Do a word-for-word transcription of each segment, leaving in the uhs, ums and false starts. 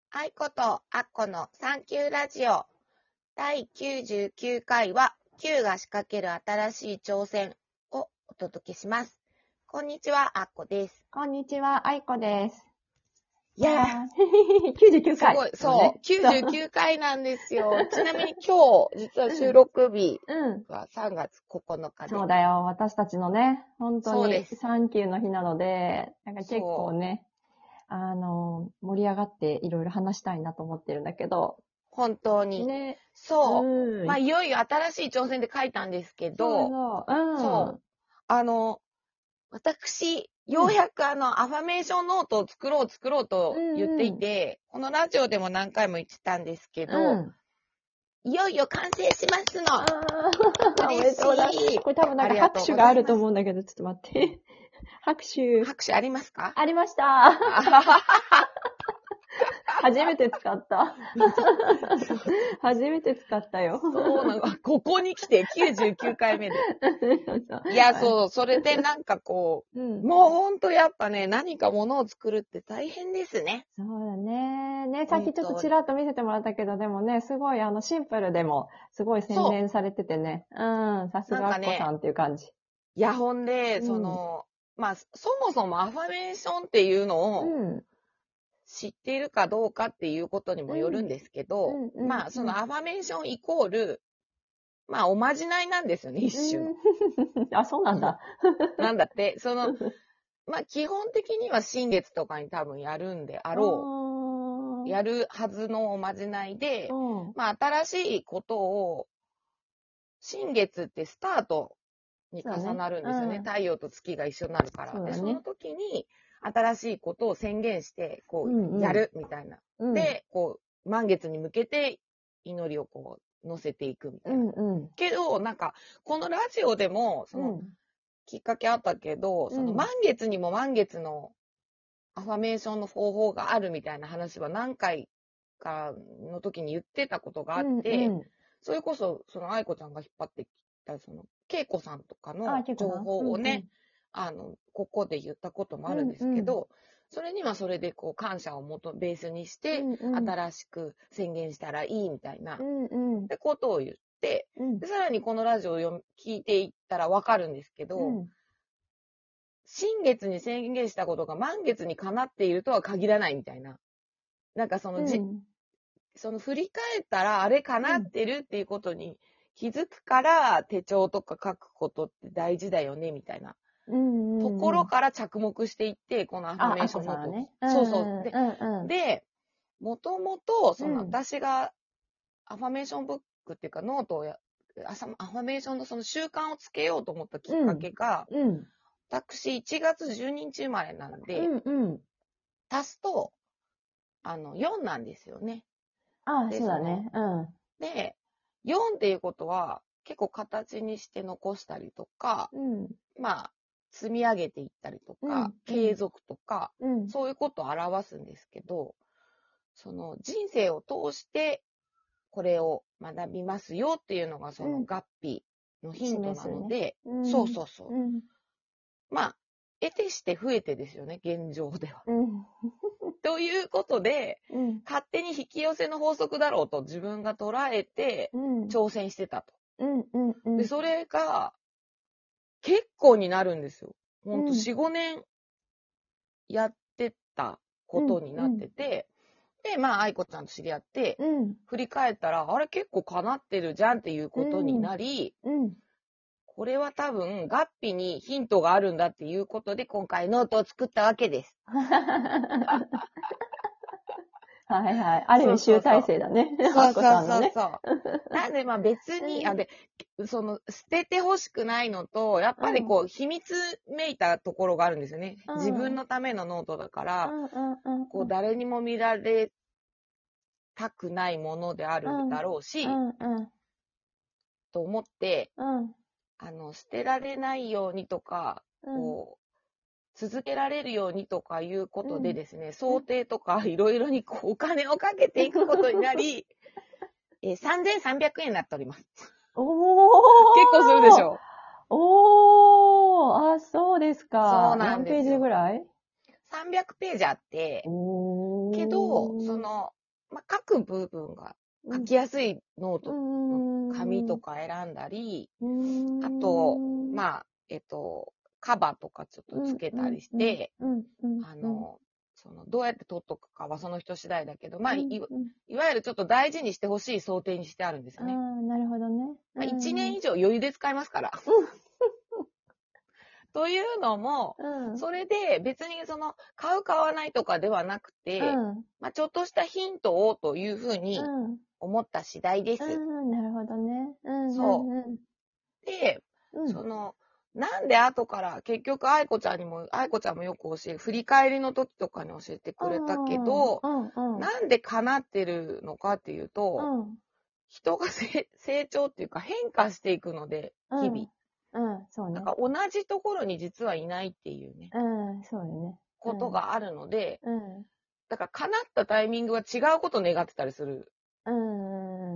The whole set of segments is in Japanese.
あいことあっこのサンキューラジオだいきゅうじゅうきゅうかいは Q が仕掛ける新しい挑戦をお届けします。こんにちは、あっこです。 こんにちは、あいこです。 いやー、きゅうじゅうきゅうかい。 すごい、そう、きゅうじゅうきゅうかいなんですよ。ちなみに今日、実は収録日はさんがつここのかで。 そうだよ、私たちのね、本当にそうですサンキューの日なので、なんか結構ね、あの、盛り上がっていろいろ話したいなと思ってるんだけど。 本当に。 ね。 そう。 うん、 まあ、いよいよ新しい挑戦で書いたんですけど、 そうそう、うん。 そう。あの、私、ようやくあの、アファメーションノートを作ろう作ろうと言っていて、うんうん、このラジオでも何回も言ってたんですけど、うん、いよいよ完成しますの。嬉しい。 これ多分なんか拍手があると思うんだけど、ちょっと待って。拍手。 拍手ありますか？ ありました。初めて使った。初めて使ったよ。 そうなの。ここに来てきゅうじゅうきゅうかいめで。いや、そう、それでなんかこう、うん、もうほんとやっぱね、何か物を作るって大変ですね。 そうだね。ね、さっきちょっとちらっと見せてもらったけど、でもね、すごいあの、シンプルでも、すごい洗練されててね。うん、さすがあっこさんっていう感じ。 いや、ほんで、うん、その、まあ、そもそもアファメーションっていうのを、うん知っているかどうかっていうことにもよるんですけど、うんうんうん、まあ、そのアファメーションイコール、まあ、おまじないなんですよね、一種の。 あ、そうなんだ。 なんだって、その、まあ、基本的には新月とかに多分やるんであろう、やるはずのおまじないで、まあ、新しいことを、新月ってスタートに重なるんですよね。ねうん、太陽と月が一緒になるから。そ、ね、でその時に、新しいことを宣言して、こう、やるみたいな。うんうん、で、こう、満月に向けて祈りをこう、乗せていくみたいな。うんうん、けど、なんか、このラジオでも、その、うん、きっかけあったけど、その満月にも満月のアファメーションの方法があるみたいな話は何回かの時に言ってたことがあって、うんうん、それこそ、その愛子ちゃんが引っ張ってきた、その、恵子さんとかの情報をね、うんうん、あの、ここで言ったこともあるんですけど、うんうん、それにはそれでこう感謝をもとベースにして、うんうん、新しく宣言したらいいみたいな、うんうん、ってことを言って、うん、で、さらにこのラジオを読聞いていったらわかるんですけど、うん、新月に宣言したことが満月にかなっているとは限らないみたいな。なんかそのじ、うん、その振り返ったらあれかなってるっていうことに気づくから、手帳とか書くことって大事だよねみたいな。うんうんうん、ところから着目していって、このアファメーションノート。ね、そうそう。で、うんうん、で、もともと、その、私が、アファメーションブックっていうか、ノートをや、アファメーションのその習慣をつけようと思ったきっかけが、うんうん、私、いちがつじゅうににち生まれなんで、うんうん、足すと、あの、よんなんですよね。 ああ、そうだね。うん。 で、よんっていうことは、結構形にして残したりとか、うん、まあ、積み上げていったりとか、うん、継続とか、うん、そういうことを表すんですけど、その人生を通してこれを学びますよっていうのがその合併のヒントなので、ねうん、そうそうそう。うん、まあ、得てして増えてですよね、現状では。うん、ということで、うん、勝手に引き寄せの法則だろうと自分が捉えて挑戦してたと。うんうんうん、で、それが結構になるんですよ。ほんとよん、ごねんやってたことになってて、うんうん、で、まあ、愛子ちゃんと知り合って、うん、振り返ったら、あれ結構叶ってるじゃんっていうことになり、うんうん、これは多分、合併にヒントがあるんだっていうことで、今回ノートを作ったわけです。 はいはい。ある意味集大成だね。 そうそうそうそう。なんでまあ別に、あで、その、捨ててほしくないのと、やっぱりこう、うん、秘密めいたところがあるんですよね。うん、自分のためのノートだから、うん、こう、誰にも見られたくないものであるだろうし、うんうん、と思って、あの、捨てられないようにとか、こう、続けられるようにとかいうことでですね、うん、想定とかいろいろにこうお金をかけていくことになり、えー、さんぜんさんびゃくえんになっております。おー結構するでしょ。 おーあ、そうですか。 そうなんですよ。 何ページぐらい ? さんびゃくページあって、けど、その、 まあ、書く部分が書きやすいノートの紙とか選んだり、あと、まあ、えっと、カバーとかちょっとつけたりして、あの、その、どうやって取っとくかはその人次第だけど、まあ、い, いわゆるちょっと大事にしてほしい想定にしてあるんですよね。 ああ、なるほどね。 まあ、いちねん以上余裕で使えますから。というのも、うん、それで別にその買う買わないとかではなくて、うん、まあ、ちょっとしたヒントをというふうに思った次第です。 うんうん、なるほどね。うんうんうん、 そう。で、うん、その、なんで後から結局愛子ちゃんにも、愛子ちゃんもよく教え、振り返りの時とかに教えてくれたけど、うんうん、なんで叶ってるのかっていうと、うん、人が成長っていうか変化していくので、日々。 うん、そうね。 なんか同じところに実はいないっていうね。 うん、そうよね。 ことがあるので、うん。だから叶ったタイミングは違うことを願ってたりする。うん。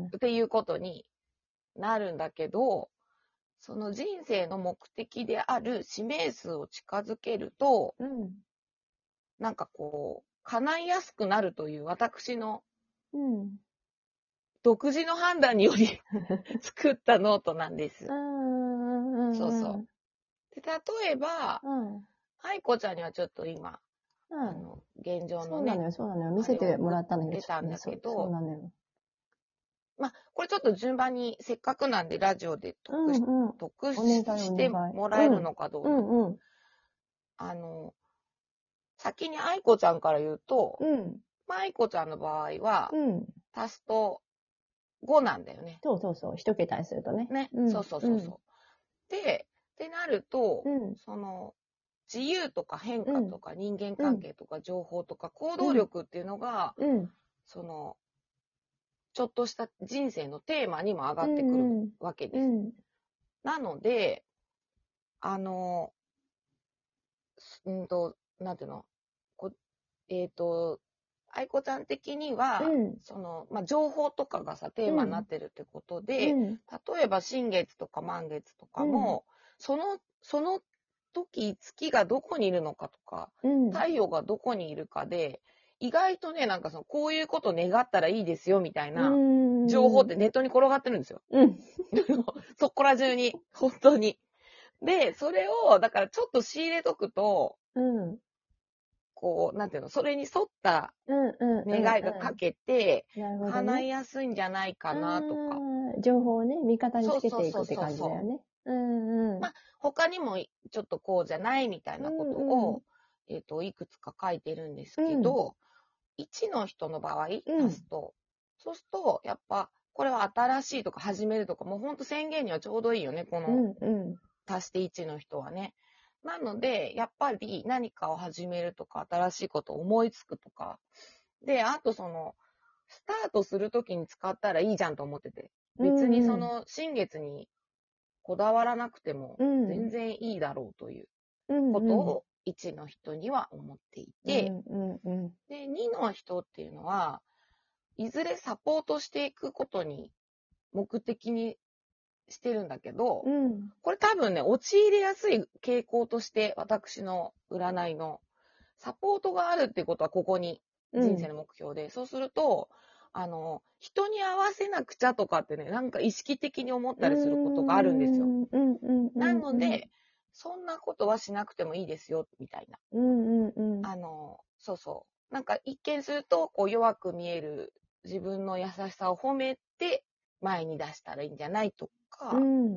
っていうことになるんだけど、その人生の目的である使命数を近づけると、うん。なんかこう、叶いやすくなるという私の、うん。独自の判断により作ったノートなんです。うんそうそう。で例えば、うん、愛子ちゃんにはちょっと今、うん、あの現状のね、 そうなのよ、そうなのよ。見せてもらったんだけど、 出たんだけど、 そうなのよ。 まあ、これちょっと順番に、せっかくなんでラジオで得し、うんうん、得してもらえるのかどうか。うんうん、あの、先に愛子ちゃんから言うと、うん、まあ、愛子ちゃんの場合は、うん、足すとごなんだよね。 そうそうそう、一桁にするとね。 ね、うん、そうそうそうそう。うん、で、ってなると、うん、その、自由とか変化とか人間関係とか情報とか行動力っていうのが、うん、その、ちょっとした人生のテーマにも上がってくるわけです。うんうん、なので、あの、うんと、なんていうの、こえっ、ー、と、愛子ちゃん的には、うん、その、まあ、情報とかがさ、テーマになってるってことで、うん、例えば新月とか満月とかも、うん、その、その時、月がどこにいるのかとか、うん、太陽がどこにいるかで、意外とね、なんかその、こういうこと願ったらいいですよ、みたいな、情報ってネットに転がってるんですよ。うん、そこら中に、本当に。で、それを、だからちょっと仕入れとくと、うん、こう、なんていうの、それに沿った願いがかけて、叶いやすいんじゃないかなとか。 情報をね、味方につけていくって感じだよね。 うんうん。まあ、他にもちょっとこうじゃないみたいなことを、うんうん、えっと、いくつか書いてるんですけど、うん、いちの人の場合、足すと、うん、そうすると、やっぱ、これは新しいとか始めるとか、もうほんと宣言にはちょうどいいよね、この、うんうん、足していちの人はね。なので、やっぱり何かを始めるとか、新しいことを思いつくとか。で、あとその、スタートするときに使ったらいいじゃんと思ってて。別にその、新月にこだわらなくても、全然いいだろうということを、いちの人には思っていて、で、にの人っていうのは、いずれサポートしていくことに目的にしてるんだけど、うん、これ多分ね、陥りやすい傾向として、私の占いの、サポートがあるっていうことはここに、人生の目標で、うん、そうすると、あの、人に合わせなくちゃとかってね、なんか意識的に思ったりすることがあるんですよ。なので、そんなことはしなくてもいいですよ、みたいな。うんうんうん、あの、そうそう。なんか一見すると、こう弱く見える自分の優しさを褒めて、前に出したらいいんじゃないとか、うん、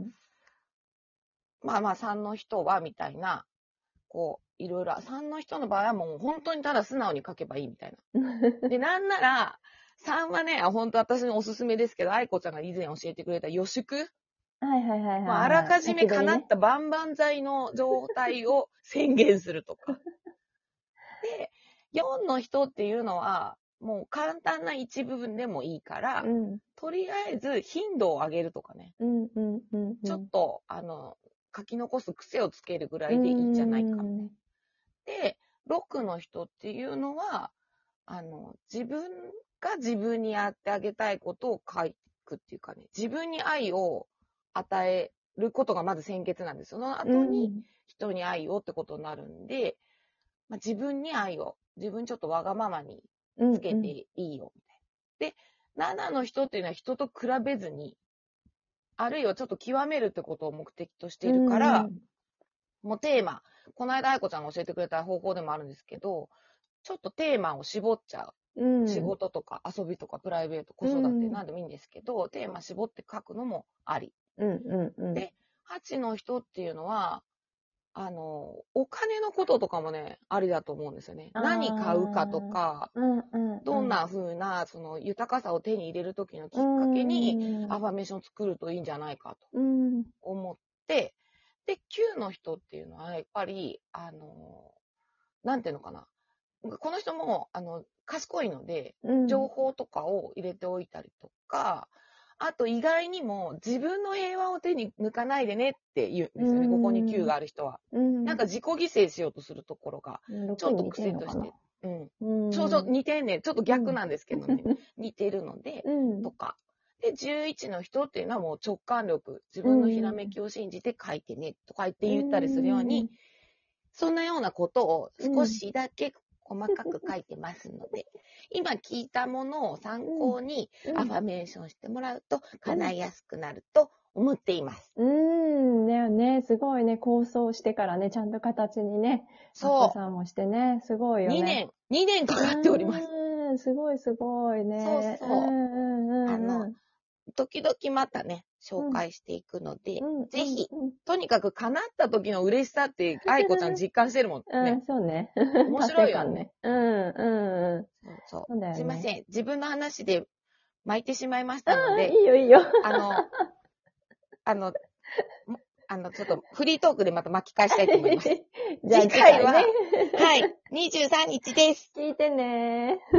まあまあさんの人はみたいな、こういろいろさんの人の場合はもう本当にただ素直に書けばいいみたいな。でなんならさんはね、本当私のおすすめですけど、愛子ちゃんが以前教えてくれた予祝、 はいはいはいはい、 まあ、あらかじめ叶った万々歳の状態を宣言するとか。でよんの人っていうのはもう簡単な一部分でもいいから、うん、とりあえず頻度を上げるとかね、うんうんうんうん、ちょっとあの書き残す癖をつけるぐらいでいいんじゃないかみたいな。でろくの人っていうのはあの自分が自分にやってあげたいことを書くっていうかね、自分に愛を与えることがまず先決なんです。その後に人に愛をってことになるんで、まあ、自分に愛を、自分ちょっとわがままにつけていいよみたいで、ななの人っていうのは人と比べずに、あるいはちょっと極めるってことを目的としているから、うん、もうテーマ、この間愛子ちゃんが教えてくれた方法でもあるんですけど、ちょっとテーマを絞っちゃう。うん、仕事とか遊びとかプライベート、子育て、なんでもいいんですけど、うん、テーマ絞って書くのもあり。うんうんうん、で、はちの人っていうのは、あの、お金のこととかもね、ありだと思うんですよね。何買うかとか、うんうんうん、どんな風な、その豊かさを手に入れるときのきっかけに、アファメーションを作るといいんじゃないかと思って、で、きゅうの人っていうのは、やっぱり、あの、なんていうのかな。この人も、あの、賢いので、情報とかを入れておいたりとか、あと意外にも自分の平和を手に抜かないでねって言うんですよね、ここにきゅうがある人は。なんか自己犠牲しようとするところが、ちょっと癖として、うん。そうそう、似てんねん。ちょっと逆なんですけどね、似てるので、とか。で、じゅういちの人っていうのはもう直感力、自分のひらめきを信じて書いてね、とか言って言ったりするように、そんなようなことを少しだけ細かく書いてますので、うん、今聞いたものを参考にアファメーションしてもらうと叶いやすくなると思っています。 うん、だよね。すごいね。構想してからね、ちゃんと形にね。そう。お子さんもしてね。すごいよね。 にねん、にねんかかっております。 うん、すごいすごいね。 そうそう。うんうんうん、あの、時々またね、紹介していくので、うん、ぜひ、うんうん、とにかく叶った時の嬉しさって、愛子ちゃん実感してるもんね。 うん、そうね。 面白いよね。 うん、うん、うん。 そうそう。そうだよね、すいません。自分の話で巻いてしまいましたので。 いいよ、いいよ。 あの、あの、あの、ちょっとフリートークでまた巻き返したいと思います。じゃあ次回は、はい、にじゅうさんにちです。 聞いてね。